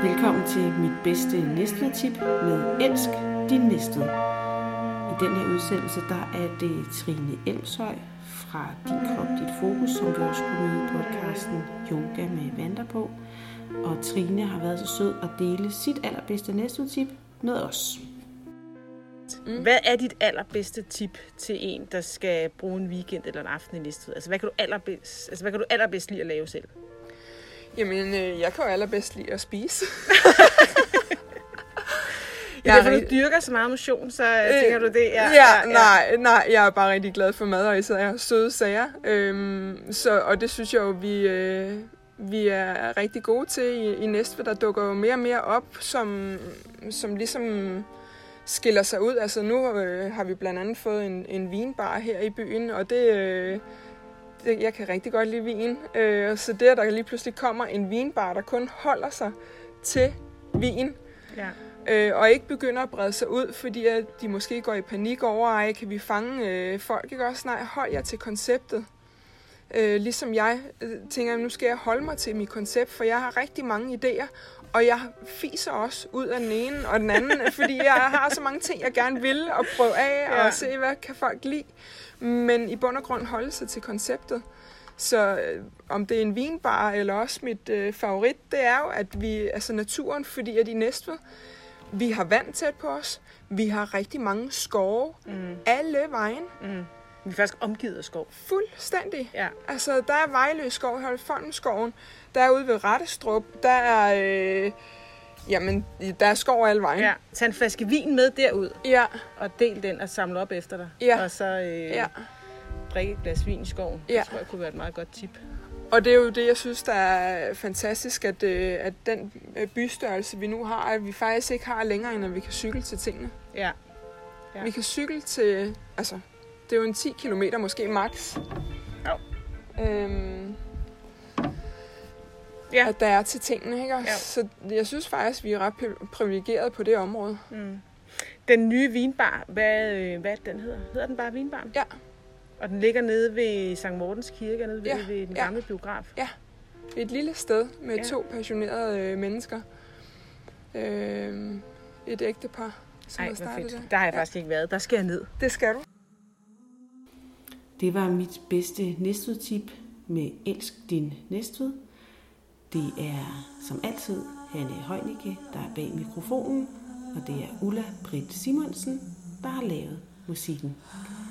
Velkommen til mit bedste Næstved-tip med Elsk din Næstved. I den her udsendelse, der er det Trine Elmshøj fra Din Krop, Dit Fokus, som vi også kunne møde i podcasten Yoga med Vanda på. Og Trine har været så sød at dele sit allerbedste Næstved-tip med os. Hvad er dit allerbedste tip til en, der skal bruge en weekend eller en aften i Næstved? Altså, hvad kan du allerbedst lide at lave selv? Jamen, jeg kan jo allerbedst lide at spise. Det er derfor, du dyrker så meget motion, så tænker du det? Nej, jeg er bare rigtig glad for mad, og især jeg har søde sager. Og det synes jeg jo, vi er rigtig gode til i Næstved. Der dukker jo mere og mere op, som ligesom skiller sig ud. Altså nu har vi blandt andet fået en vinbar her i byen, og jeg kan rigtig godt lide vin. Så det, at der lige pludselig kommer en vinbar, der kun holder sig til vin, og ikke begynder at brede sig ud, fordi at de måske går i panik over, kan vi fange folk, ikke også? Nej, hold jer til konceptet. Ligesom jeg tænker, nu skal jeg holde mig til mit koncept, for jeg har rigtig mange idéer, og jeg fiser også ud af den ene og den anden, fordi jeg har så mange ting, jeg gerne vil og prøve af og se, hvad kan folk lide. Men i bund og grund holde sig til konceptet. Så om det er en vinbar eller også mit favorit, det er jo, at naturen, fordi at i Næstved, vi har vand tæt på os, vi har rigtig mange skove, alle vejen. Vi er faktisk omgivet af skov. Fuldstændig. Ja. Altså, der er Vejlø skov, Holfoldenskoven, der er ude ved Rettestrup, der er... der er skov alle vejen. Ja, tag en flaske vin med derud, og del den og samle op efter dig. Ja. Og så drikke et glas vin i skoven. Ja. Det tror jeg kunne være et meget godt tip. Og det er jo det, jeg synes, der er fantastisk, at den bystørrelse, vi nu har, at vi faktisk ikke har længere, end at vi kan cykle til tingene. Ja. Vi kan cykle til... Altså, det er jo en 10 kilometer måske max. At der er til tingene, ikke? Så jeg synes faktisk, vi er ret privilegerede på det område. Den nye vinbar, hvad den hedder? Hedder den bare Vinbaren? Ja. Og den ligger nede ved Sankt Mortens Kirke, nede ved den gamle biograf? Ja, et lille sted med 2 passionerede mennesker. Et ægtepar, som har startet det. Der har jeg faktisk ikke været. Der skal jeg ned. Det skal du. Det var mit bedste Næstved-tip med Elsk din Næstved. Det er som altid Hanne Højnicke, der er bag mikrofonen, og det er Ulla Britt Simonsen, der har lavet musikken.